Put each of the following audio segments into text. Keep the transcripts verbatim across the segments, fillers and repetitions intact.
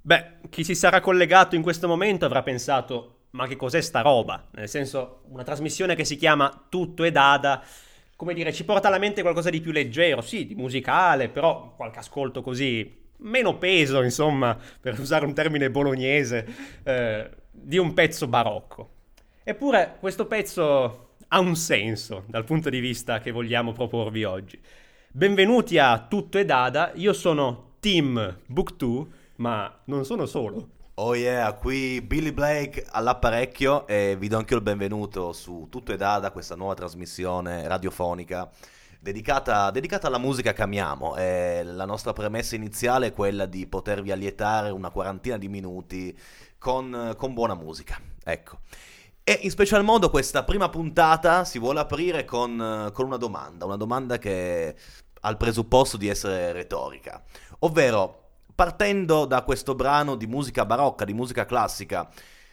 Beh, chi si sarà collegato in questo momento avrà pensato, ma che cos'è sta roba? Nel senso, una trasmissione che si chiama Tutto è Dada, come dire, ci porta alla mente qualcosa di più leggero, sì, di musicale, però qualche ascolto così, meno peso, insomma, per usare un termine bolognese, eh, di un pezzo barocco. Eppure questo pezzo ha un senso dal punto di vista che vogliamo proporvi oggi. Benvenuti a Tutto è Dada, io sono Tim Booktwo, ma non sono solo. Oh yeah, qui Billy Blake all'apparecchio e vi do anche il benvenuto su Tutto e Dada, questa nuova trasmissione radiofonica dedicata, dedicata alla musica che amiamo. E la nostra premessa iniziale è quella di potervi allietare una quarantina di minuti con, con buona musica. Ecco. E in special modo questa prima puntata si vuole aprire con, con una domanda, una domanda che ha il presupposto di essere retorica, ovvero partendo da questo brano di musica barocca, di musica classica,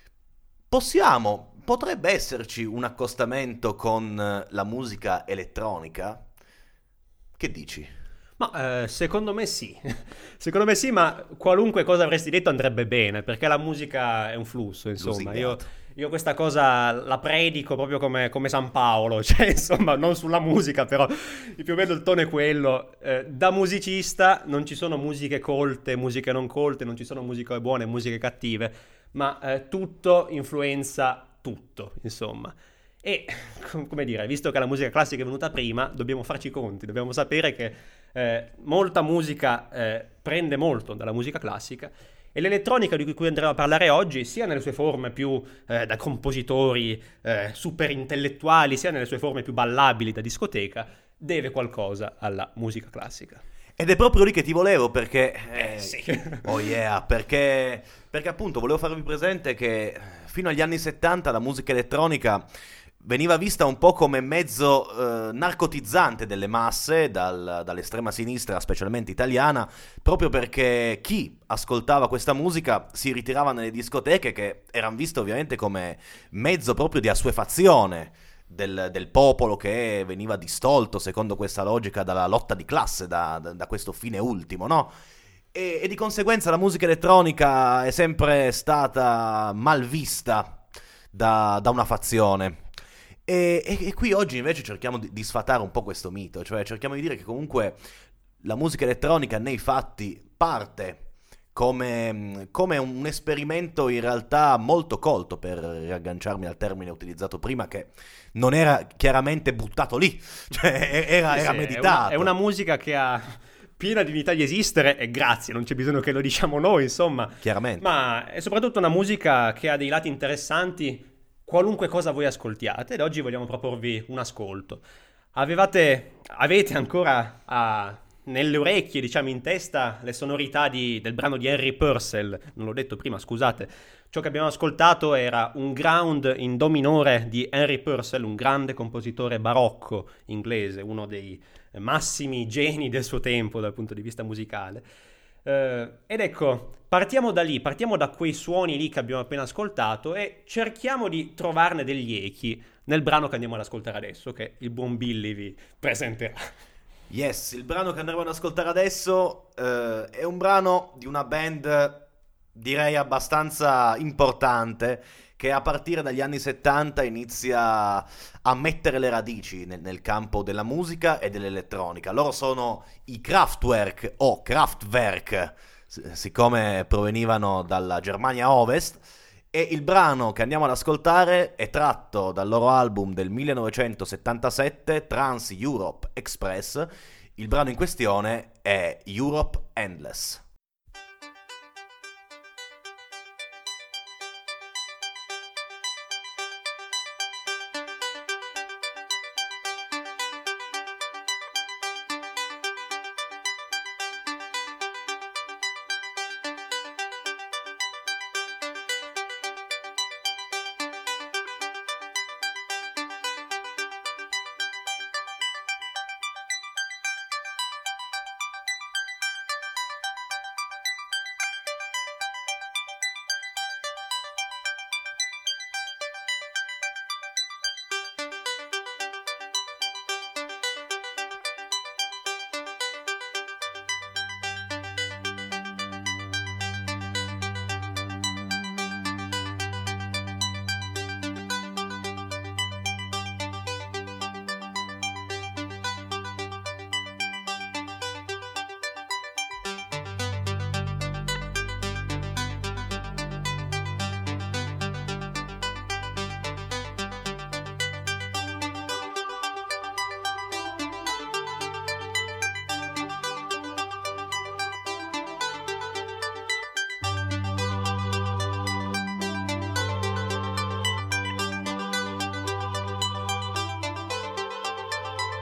possiamo, potrebbe esserci un accostamento con eh, la musica elettronica? Che dici? Ma eh, secondo me sì, secondo me sì, ma qualunque cosa avresti detto andrebbe bene, perché la musica è un flusso, insomma. Io, Lusingato. io questa cosa la predico proprio come, come San Paolo, cioè insomma non sulla musica, però più o meno il tono è quello. Eh, da musicista non ci sono musiche colte, musiche non colte, non ci sono musiche buone, musiche cattive, ma eh, tutto influenza tutto, insomma. E come dire, visto che la musica classica è venuta prima, dobbiamo farci i conti, dobbiamo sapere che eh, molta musica eh, prende molto dalla musica classica e l'elettronica di cui andremo a parlare oggi, sia nelle sue forme più eh, da compositori eh, super intellettuali, sia nelle sue forme più ballabili da discoteca, deve qualcosa alla musica classica. Ed è proprio lì che ti volevo perché... Eh eh, sì. oh yeah, perché, perché appunto volevo farvi presente che fino agli anni settanta la musica elettronica veniva vista un po' come mezzo eh, narcotizzante delle masse dal- dall'estrema sinistra, specialmente italiana, proprio perché chi ascoltava questa musica si ritirava nelle discoteche che erano viste ovviamente come mezzo proprio di assuefazione del, del popolo che veniva distolto, secondo questa logica, dalla lotta di classe, da, da- da questo fine ultimo, no? E, e di conseguenza la musica elettronica è sempre stata mal vista da, da una fazione. E, e- e qui oggi invece cerchiamo di, di sfatare un po' questo mito, cioè cerchiamo di dire che comunque la musica elettronica nei fatti parte come, come un esperimento in realtà molto colto, per riagganciarmi al termine utilizzato prima, che non era chiaramente buttato lì, cioè era, Sì, sì, era è una, è una meditato, musica che ha piena dignità di esistere e grazie, non c'è bisogno che lo diciamo noi, insomma, chiaramente. ma è soprattutto una musica che ha dei lati interessanti, qualunque cosa voi ascoltiate, ed oggi vogliamo proporvi un ascolto. Avevate, avete ancora ah, nelle orecchie, diciamo in testa, le sonorità di- del brano di Henry Purcell, non l'ho detto prima, scusate. Ciò che abbiamo ascoltato era un ground in do minore di Henry Purcell, un grande compositore barocco inglese, uno dei massimi geni del suo tempo dal punto di vista musicale. Eh, ed ecco, partiamo da lì, partiamo da quei suoni lì che abbiamo appena ascoltato e cerchiamo di trovarne degli echi nel brano che andiamo ad ascoltare adesso, che il buon Billy vi presenterà. Yes, il brano che andremo ad ascoltare adesso eh, è un brano di una band direi abbastanza importante che a partire dagli anni settanta inizia a mettere le radici nel, nel campo della musica e dell'elettronica. Loro sono i Kraftwerk o Kraftwerk, s- siccome provenivano dalla Germania Ovest, e il brano che andiamo ad ascoltare è tratto dal loro album del millenovecentosettantasette, Trans Europe Express. Il brano in questione è Europe Endless.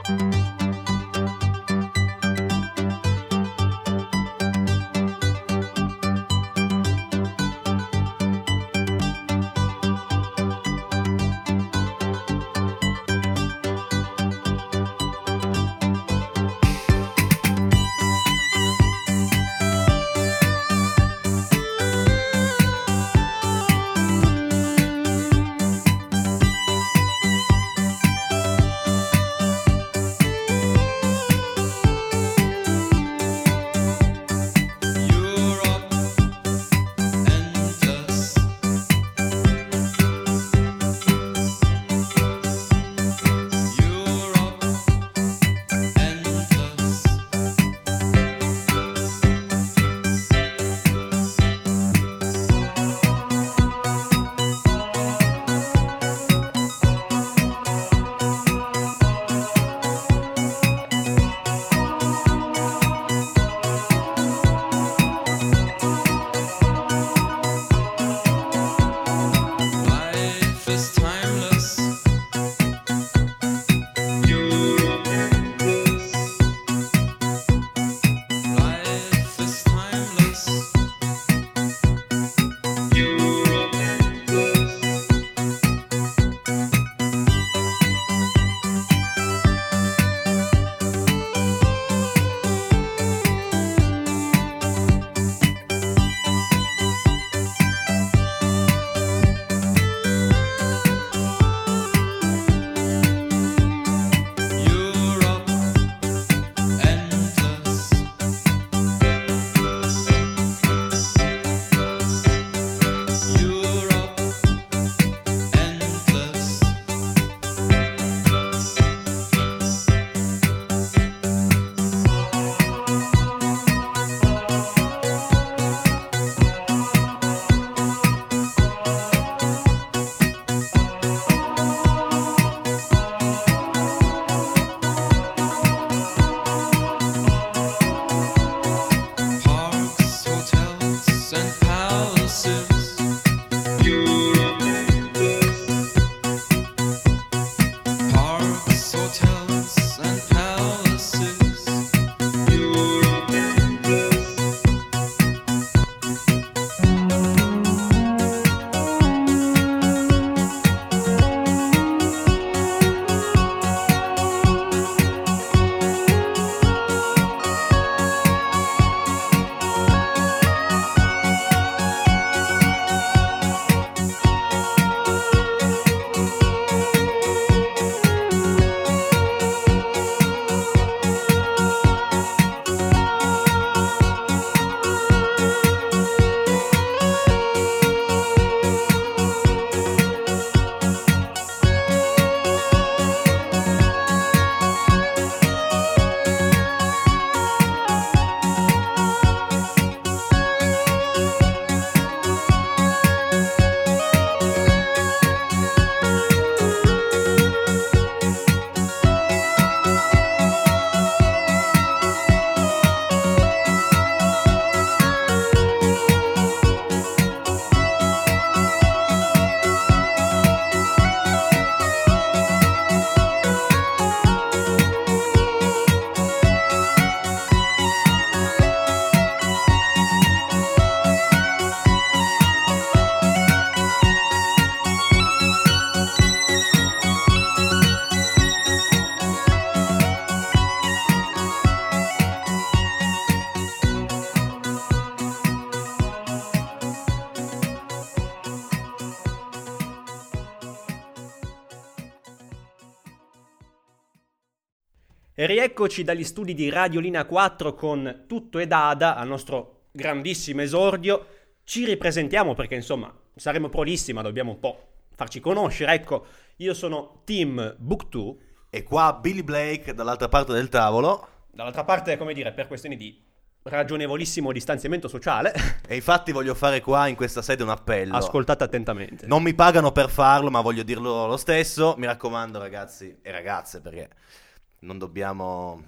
E rieccoci dagli studi di Radio Linea quattro con Tutto e Dada al nostro grandissimo esordio. Ci ripresentiamo perché insomma saremo prolisti ma dobbiamo un po' farci conoscere. Ecco, io sono Team Book2 e qua Billy Blake dall'altra parte del tavolo. Dall'altra parte, come dire, per questioni di ragionevolissimo distanziamento sociale. E infatti voglio fare qua in questa sede un appello. Ascoltate attentamente. Non mi pagano per farlo, ma voglio dirlo lo stesso. Mi raccomando, ragazzi e ragazze, perché non dobbiamo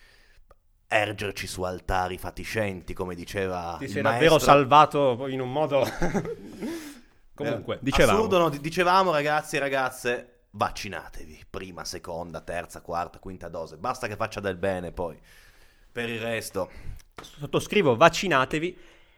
ergerci su altari fatiscenti, come diceva Ti il sei maestro. davvero salvato in un modo... Comunque, eh, dicevamo. Assurdo, no? Dicevamo, ragazzi e ragazze, vaccinatevi, prima, seconda, terza, quarta, quinta dose, basta che faccia del bene poi, per il resto. Sottoscrivo, vaccinatevi,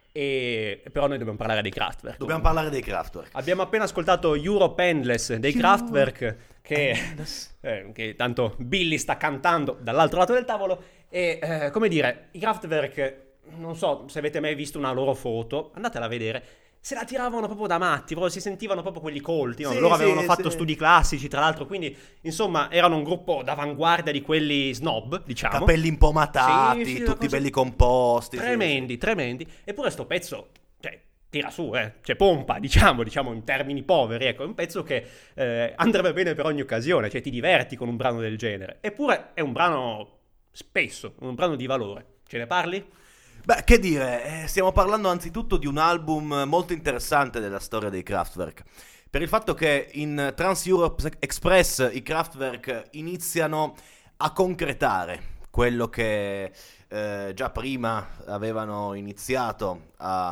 e però noi dobbiamo parlare dei Kraftwerk. Dobbiamo parlare dei Kraftwerk. Abbiamo appena ascoltato Europe Endless dei Kraftwerk, che, eh, che tanto Billy sta cantando dall'altro lato del tavolo, e eh, come dire, i Kraftwerk, non so se avete mai visto una loro foto, andatela a vedere, se la tiravano proprio da matti, proprio si sentivano proprio quelli colti, no? Sì, Loro sì, avevano fatto sì. studi classici, tra l'altro, quindi insomma erano un gruppo d'avanguardia di quelli snob, diciamo. Capelli impomatati, Sì, sì, una tutti cosa- belli composti. sì, Tremendi, sì. tremendi. Eppure sto pezzo, cioè, tira su, eh. Cioè, pompa, diciamo, diciamo in termini poveri, ecco. È un pezzo che eh, andrebbe bene per ogni occasione, cioè ti diverti con un brano del genere. Eppure è un brano spesso, un brano di valore. Ce ne parli? Beh, che dire, eh, stiamo parlando anzitutto di un album molto interessante della storia dei Kraftwerk, per il fatto che in Trans Europe Express i Kraftwerk iniziano a concretare quello che eh, già prima avevano iniziato a,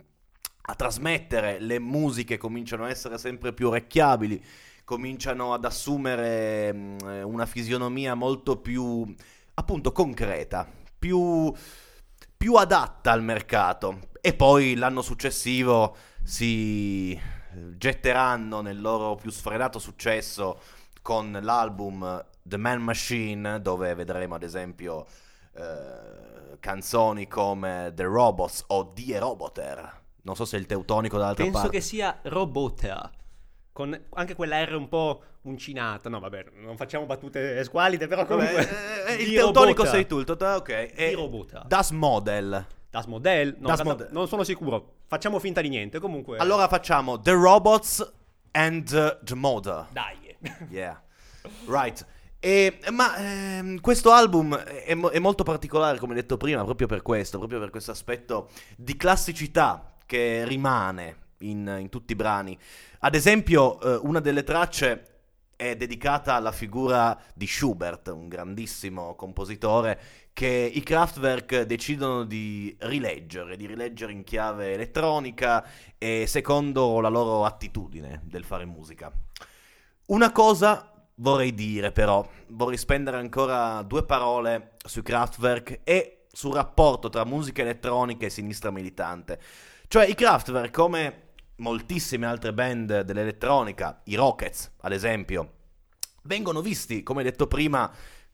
a trasmettere. Le musiche cominciano a essere sempre più orecchiabili, cominciano ad assumere mh, una fisionomia molto più, appunto, concreta, più... più adatta al mercato, e poi l'anno successivo si getteranno nel loro più sfrenato successo con l'album The Man Machine, dove vedremo ad esempio eh, canzoni come The Robots o Die Roboter. Non so se è il teutonico dall'altra Penso parte. che sia Robota, con anche quella R un po' uncinata. No, vabbè, non facciamo battute squalide, però comunque... Vabbè, eh, il di teutonico Robota. sei tu, il tota- ok. E Di Robota. Das Model. Das Modell? No, Das in realtà Modell. non sono sicuro. Facciamo finta di niente, comunque... Allora facciamo The Robots and uh, The Model. Dai. Yeah, right. E, ma ehm, questo album è, mo- è molto particolare, come detto prima, proprio per questo, proprio per questo aspetto di classicità che rimane in, in tutti i brani. Ad esempio, eh, una delle tracce è dedicata alla figura di Schubert, un grandissimo compositore che i Kraftwerk decidono di rileggere, di rileggere in chiave elettronica e secondo la loro attitudine del fare musica. Una cosa vorrei dire però, vorrei spendere ancora due parole sui Kraftwerk e sul rapporto tra musica elettronica e sinistra militante. Cioè i Kraftwerk, come moltissime altre band dell'elettronica, i Rockets ad esempio, vengono visti, come detto prima,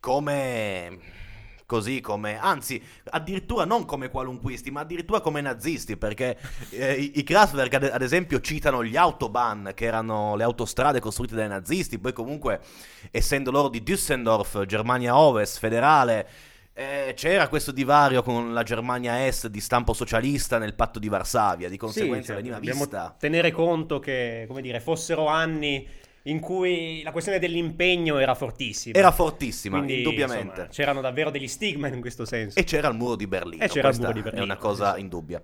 come... così come, anzi, addirittura non come qualunquisti, ma addirittura come nazisti, perché eh, i, i Kraftwerk ad, ad esempio citano gli Autobahn, che erano le autostrade costruite dai nazisti. Poi comunque, essendo loro di Düsseldorf, Germania Ovest, federale, eh, c'era questo divario con la Germania Est di stampo socialista nel patto di Varsavia, di conseguenza Sì, cioè, veniva dobbiamo vista... tenere conto che, come dire, fossero anni in cui la questione dell'impegno era fortissima. Era fortissima, Quindi, indubbiamente. insomma, c'erano davvero degli stigma in questo senso. E c'era il muro di Berlino. E c'era il Questa muro di Berlino, è una cosa sì, sì. indubbia.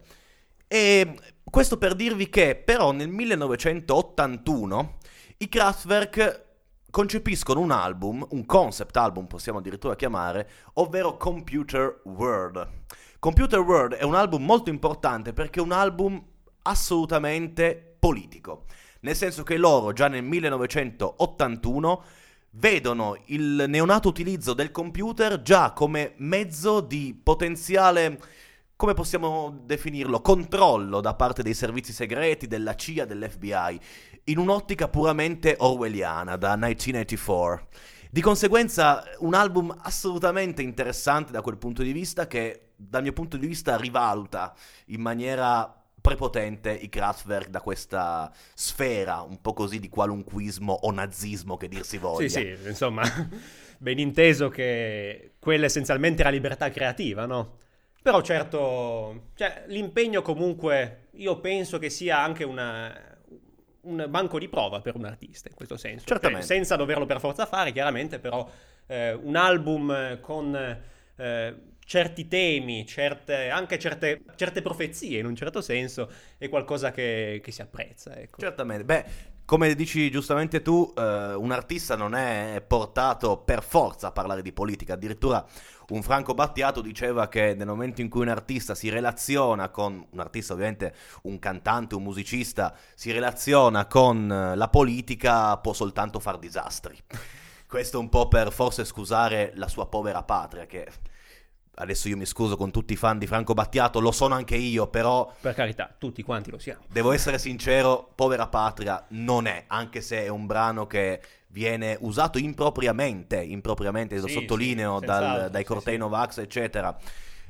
E questo per dirvi che però nel millenovecentottantuno i Kraftwerk concepiscono un album, un concept album possiamo addirittura chiamare, ovvero Computer World. Computer World è un album molto importante perché è un album assolutamente politico. Nel senso che loro già nel millenovecentottantuno vedono il neonato utilizzo del computer già come mezzo di potenziale, come possiamo definirlo, controllo da parte dei servizi segreti, della C I A, dell'F B I, in un'ottica puramente orwelliana, da millenovecentonovantaquattro. Di conseguenza un album assolutamente interessante da quel punto di vista, che dal mio punto di vista rivaluta in maniera prepotente i Kraftwerk da questa sfera un po' così di qualunquismo o nazismo che dir si voglia. Sì, sì, insomma, ben inteso che quella essenzialmente era libertà creativa, no? Però certo, cioè, l'impegno comunque io penso che sia anche una, un banco di prova per un artista in questo senso. Certamente. Cioè, senza doverlo per forza fare, chiaramente, però eh, un album con eh, certi temi, certe, anche certe, certe profezie in un certo senso, è qualcosa che, che si apprezza, ecco. Certamente. Beh, come dici giustamente tu, eh, un artista non è portato per forza a parlare di politica, addirittura un Franco Battiato diceva che nel momento in cui un artista si relaziona con, un artista ovviamente un cantante, un musicista, si relaziona con la politica può soltanto far disastri. Questo un po' per forse scusare la sua povera patria, che adesso io mi scuso con tutti i fan di Franco Battiato, lo sono anche io, però Per carità, tutti quanti lo siamo. devo essere sincero, povera patria non è, anche se è un brano che viene usato impropriamente, impropriamente, lo Sì, sottolineo, sì, dal- senz'altro, dai sì, cortei sì. Novax, eccetera.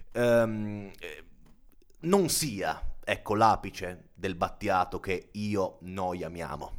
Ehm, eh, non sia, ecco, l'apice del Battiato che io, noi amiamo.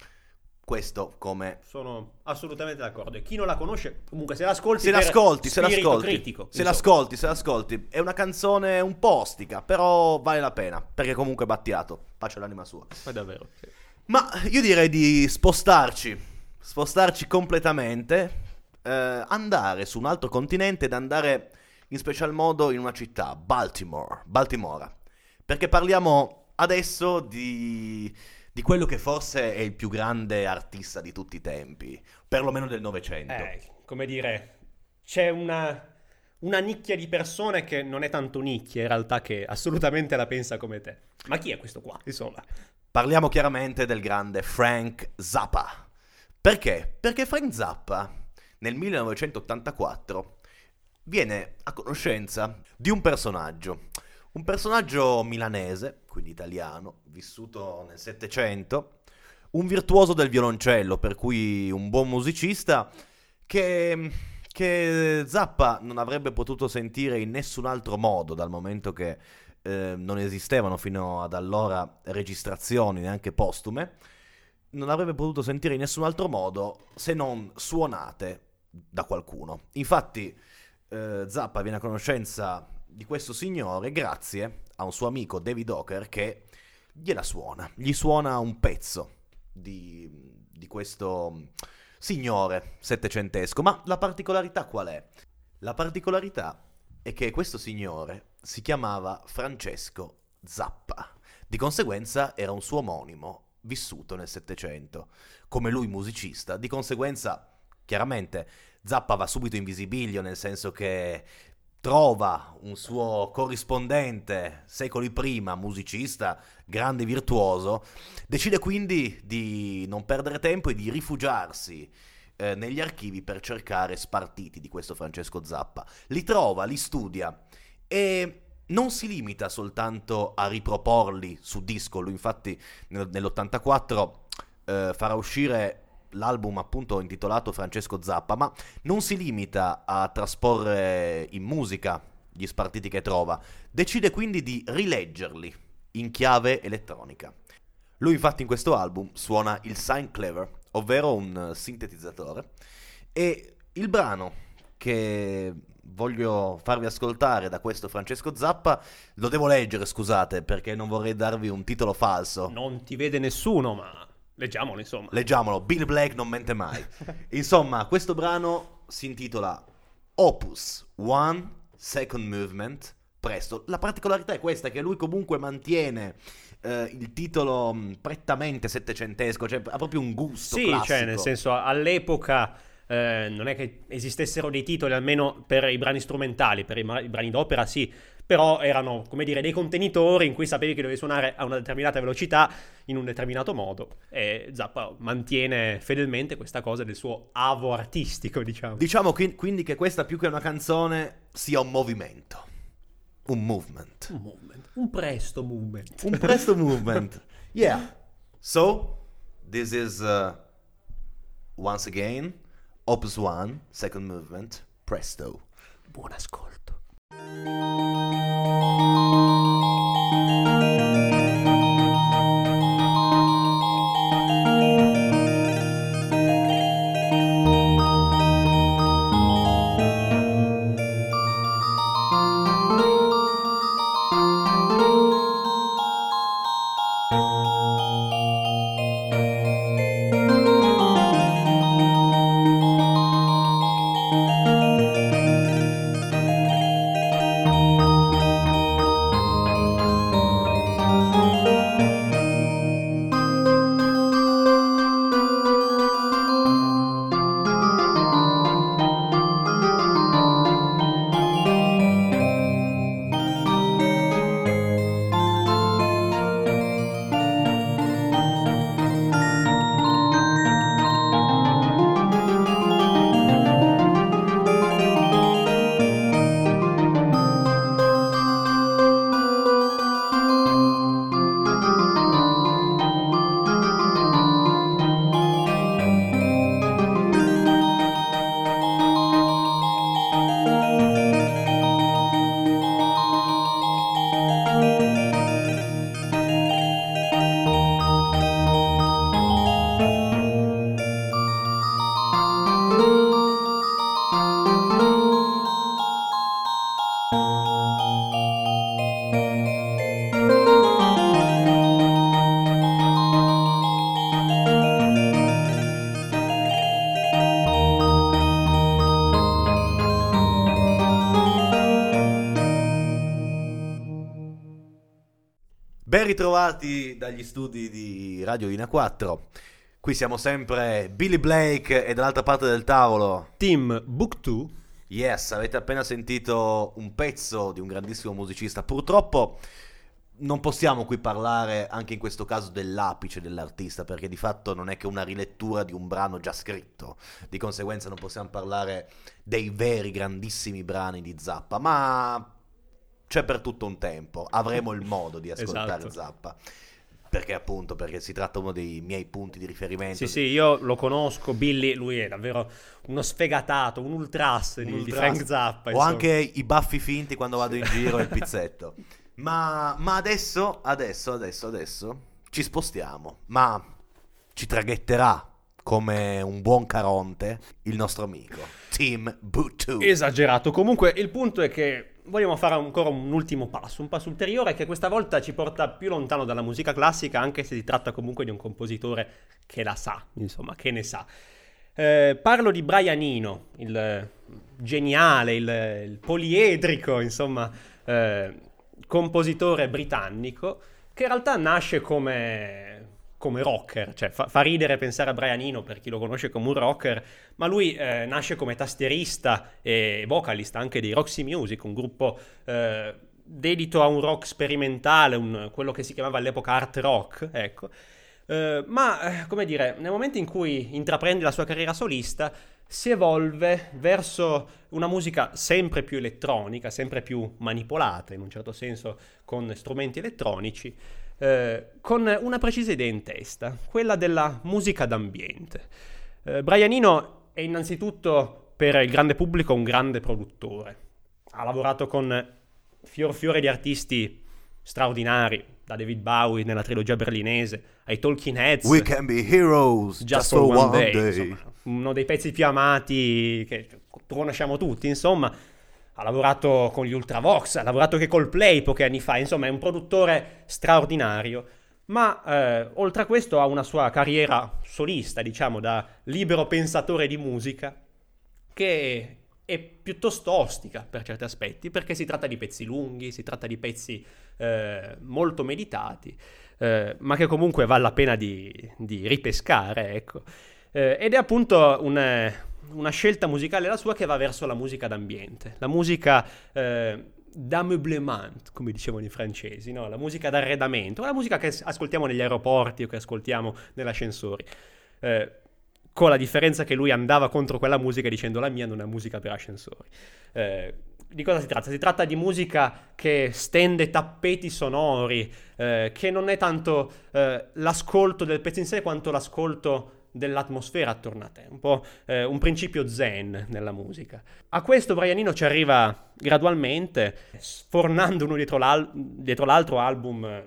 Questo come... Sono assolutamente d'accordo. E chi non la conosce, comunque se l'ascolti Se per l'ascolti, se spirito l'ascolti, critico, se insomma. l'ascolti, se l'ascolti, è una canzone un po' ostica, però vale la pena, perché comunque Battiato, pace l'anima sua. È davvero. Sì. Ma io direi di spostarci, spostarci completamente, eh, andare su un altro continente ed andare in special modo in una città, Baltimore, Baltimora, perché parliamo adesso di, di quello che forse è il più grande artista di tutti i tempi, perlomeno del Novecento. Eh, come dire, c'è una, una nicchia di persone che non è tanto nicchia in realtà, che assolutamente la pensa come te. Ma chi è questo qua, insomma? Parliamo chiaramente del grande Frank Zappa. Perché? Perché Frank Zappa nel millenovecentottantaquattro viene a conoscenza di un personaggio, un personaggio milanese, quindi italiano, vissuto nel Settecento, un virtuoso del violoncello, per cui un buon musicista che, che Zappa non avrebbe potuto sentire in nessun altro modo, dal momento che eh, non esistevano fino ad allora registrazioni neanche postume, non avrebbe potuto sentire in nessun altro modo se non suonate da qualcuno. Infatti eh, Zappa viene a conoscenza di questo signore grazie a un suo amico David Hocker che gliela suona, gli suona un pezzo di, di questo signore settecentesco. Ma la particolarità qual è? La particolarità è che questo signore si chiamava Francesco Zappa, di conseguenza era un suo omonimo vissuto nel Settecento, come lui musicista, di conseguenza chiaramente Zappa va subito in visibilio, nel senso che trova un suo corrispondente secoli prima, musicista, grande virtuoso, decide quindi di non perdere tempo e di rifugiarsi eh, negli archivi per cercare spartiti di questo Francesco Zappa. Li trova, li studia e non si limita soltanto a riproporli su disco. Lui infatti nel- nell'ottantaquattro eh, farà uscire l'album appunto intitolato Francesco Zappa, ma non si limita a trasporre in musica gli spartiti che trova, decide quindi di rileggerli in chiave elettronica. Lui infatti in questo album suona il Synclaver, ovvero un sintetizzatore, e il brano che voglio farvi ascoltare da questo Francesco Zappa lo devo leggere, scusate, perché non vorrei darvi un titolo falso. Non ti vede nessuno, ma leggiamolo, insomma. Leggiamolo, Bill Black non mente mai. Insomma, questo brano si intitola Opus One Second Movement, presto. La particolarità è questa, che lui comunque mantiene eh, il titolo mh, prettamente settecentesco, cioè ha proprio un gusto Sì, classico. cioè, nel senso, all'epoca eh, non è che esistessero dei titoli, almeno per i brani strumentali, per i, ma- i brani d'opera sì, però erano, come dire, dei contenitori in cui sapevi che dovevi suonare a una determinata velocità in un determinato modo, e Zappa mantiene fedelmente questa cosa del suo avo artistico, diciamo. Diciamo qui- quindi che questa più che una canzone sia un movimento, un movement. Un movement, un presto movement. Un presto movement. Yeah. So, this is uh, once again Opus One, second movement, presto. Buon ascolto. Ben ritrovati dagli studi di Radio Linea quattro. Qui siamo sempre Billy Blake e dall'altra parte del tavolo Team Book due. Yes, avete appena sentito un pezzo di un grandissimo musicista. Purtroppo non possiamo qui parlare anche in questo caso dell'apice dell'artista, perché di fatto non è che una rilettura di un brano già scritto. Di conseguenza non possiamo parlare dei veri grandissimi brani di Zappa, ma c'è per tutto un tempo, avremo il modo di ascoltare Esatto. Zappa, perché appunto perché si tratta uno dei miei punti di riferimento. Sì, sì, io lo conosco, Billy, lui è davvero uno sfegatato, un ultras, Un di, ultras. di Frank Zappa. Ho insomma. anche i baffi finti quando vado in giro e il pizzetto. Ma, ma adesso, adesso, adesso, adesso ci spostiamo, ma ci traghetterà come un buon Caronte il nostro amico Team Book due. Esagerato. Comunque il punto è che vogliamo fare ancora un ultimo passo, un passo ulteriore che questa volta ci porta più lontano dalla musica classica, anche se si tratta comunque di un compositore che la sa, insomma, che ne sa. Eh, parlo di Brian Eno, il geniale, il, il poliedrico, insomma, eh, compositore britannico, che in realtà nasce come, come rocker, cioè fa, fa ridere pensare a Brian Eno per chi lo conosce come un rocker, ma lui eh, nasce come tastierista e vocalista anche di Roxy Music, un gruppo eh, dedito a un rock sperimentale, un, quello che si chiamava all'epoca art rock, ecco. Uh, ma, eh, come dire, nel momento in cui intraprende la sua carriera solista, si evolve verso una musica sempre più elettronica, sempre più manipolata, in un certo senso, con strumenti elettronici, eh, con una precisa idea in testa, quella della musica d'ambiente. Eh, Brian Eno è innanzitutto per il grande pubblico un grande produttore. Ha lavorato con fior fiore di artisti straordinari, da David Bowie nella trilogia berlinese ai Talking Heads, We can be heroes just, just for, for one, one day, day. Insomma, uno dei pezzi più amati che conosciamo tutti, insomma. Ha lavorato con gli Ultravox, ha lavorato anche col Play pochi anni fa, insomma è un produttore straordinario, ma eh, oltre a questo ha una sua carriera solista, diciamo, da libero pensatore di musica, che è piuttosto ostica per certi aspetti, perché si tratta di pezzi lunghi, si tratta di pezzi eh, molto meditati, eh, ma che comunque vale la pena di, di ripescare, ecco. Eh, ed è appunto un, una scelta musicale la sua che va verso la musica d'ambiente, la musica eh, d'ameublement, come dicevano i francesi, no? La musica d'arredamento, la musica che ascoltiamo negli aeroporti o che ascoltiamo negli ascensori. Eh, con la differenza che lui andava contro quella musica dicendo la mia non è musica per ascensori. Eh, di cosa si tratta? Si tratta di musica che stende tappeti sonori, eh, che non è tanto eh, l'ascolto del pezzo in sé quanto l'ascolto dell'atmosfera attorno a te, un po' eh, un principio zen nella musica. A questo Brian Eno ci arriva gradualmente, sfornando uno dietro, l'al- dietro l'altro album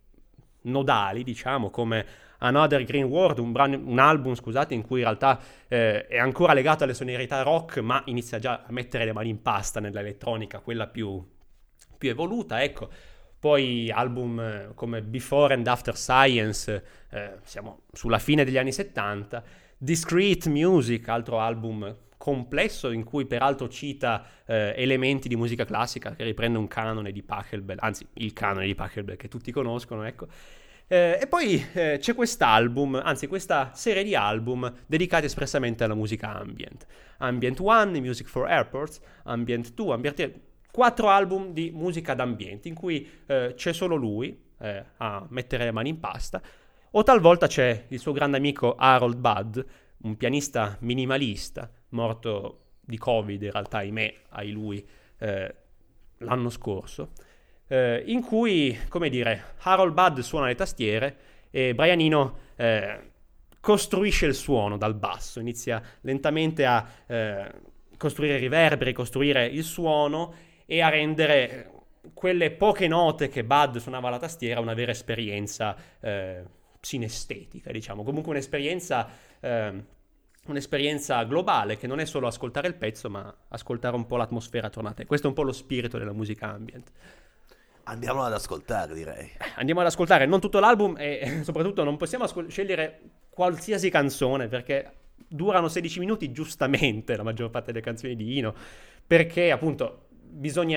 nodali, diciamo, come Another Green World, un, brano, un album, scusate, in cui in realtà eh, è ancora legato alle sonorità rock, ma inizia già a mettere le mani in pasta nell'elettronica, quella più, più evoluta, ecco. Poi album eh, come Before and After Science, eh, siamo sulla fine degli anni settanta, Discrete Music, altro album complesso in cui peraltro cita eh, elementi di musica classica, che riprende un canone di Pachelbel, anzi il canone di Pachelbel che tutti conoscono, ecco. Eh, e poi eh, c'è quest'album, anzi questa serie di album dedicati espressamente alla musica ambient. Ambient uno, Music for Airports, Ambient due, Ambient tre, quattro album di musica d'ambiente in cui eh, c'è solo lui eh, a mettere le mani in pasta, o talvolta c'è il suo grande amico Harold Budd, un pianista minimalista, morto di Covid in realtà, ahimè, ai lui eh, l'anno scorso, eh, in cui, come dire, Harold Budd suona le tastiere e Brian Eno eh, costruisce il suono dal basso, inizia lentamente a eh, costruire riverberi, costruire il suono e a rendere quelle poche note che Budd suonava alla tastiera una vera esperienza eh, sinestetica, diciamo, comunque un'esperienza eh, un'esperienza globale, che non è solo ascoltare il pezzo, ma ascoltare un po' l'atmosfera attorno a te. Questo è un po' lo spirito della musica ambient. Andiamo ad ascoltare, direi. Andiamo ad ascoltare non tutto l'album e soprattutto non possiamo ascol- scegliere qualsiasi canzone, perché durano sedici minuti giustamente la maggior parte delle canzoni di Eno, perché appunto bisogna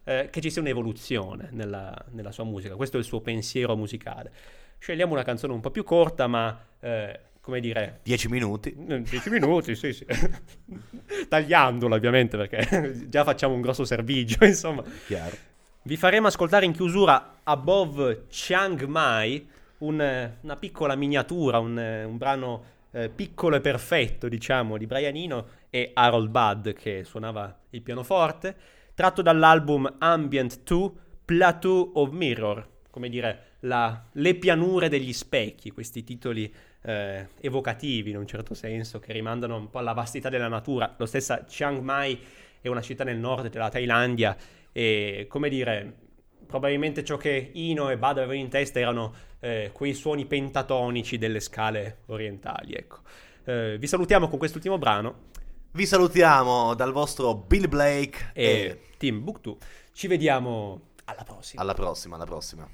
eh, che ci sia un'evoluzione nella, nella sua musica. Questo è il suo pensiero musicale. Scegliamo una canzone un po' più corta, ma eh, come dire... Dieci minuti. Dieci minuti, sì, sì. Tagliandola, ovviamente, perché già facciamo un grosso servigio, insomma. Chiaro. Vi faremo ascoltare in chiusura Above Chiang Mai, un, una piccola miniatura, un, un brano eh, piccolo e perfetto, diciamo, di Brian Eno e Harold Budd, che suonava il pianoforte, tratto dall'album Ambient due, Plateau of Mirror, come dire, la, le pianure degli specchi, questi titoli eh, evocativi in un certo senso, che rimandano un po' alla vastità della natura. Lo stessa Chiang Mai è una città nel nord della Thailandia e, come dire, probabilmente ciò che Eno e Budd avevano in testa erano eh, quei suoni pentatonici delle scale orientali, ecco. Eh, vi salutiamo con quest'ultimo brano. Vi salutiamo dal vostro Bill Blake e, e Timbuktu. Ci vediamo alla prossima. Alla prossima, alla prossima.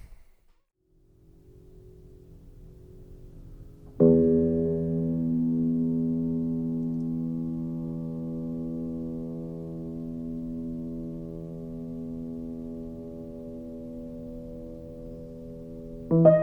Thank you.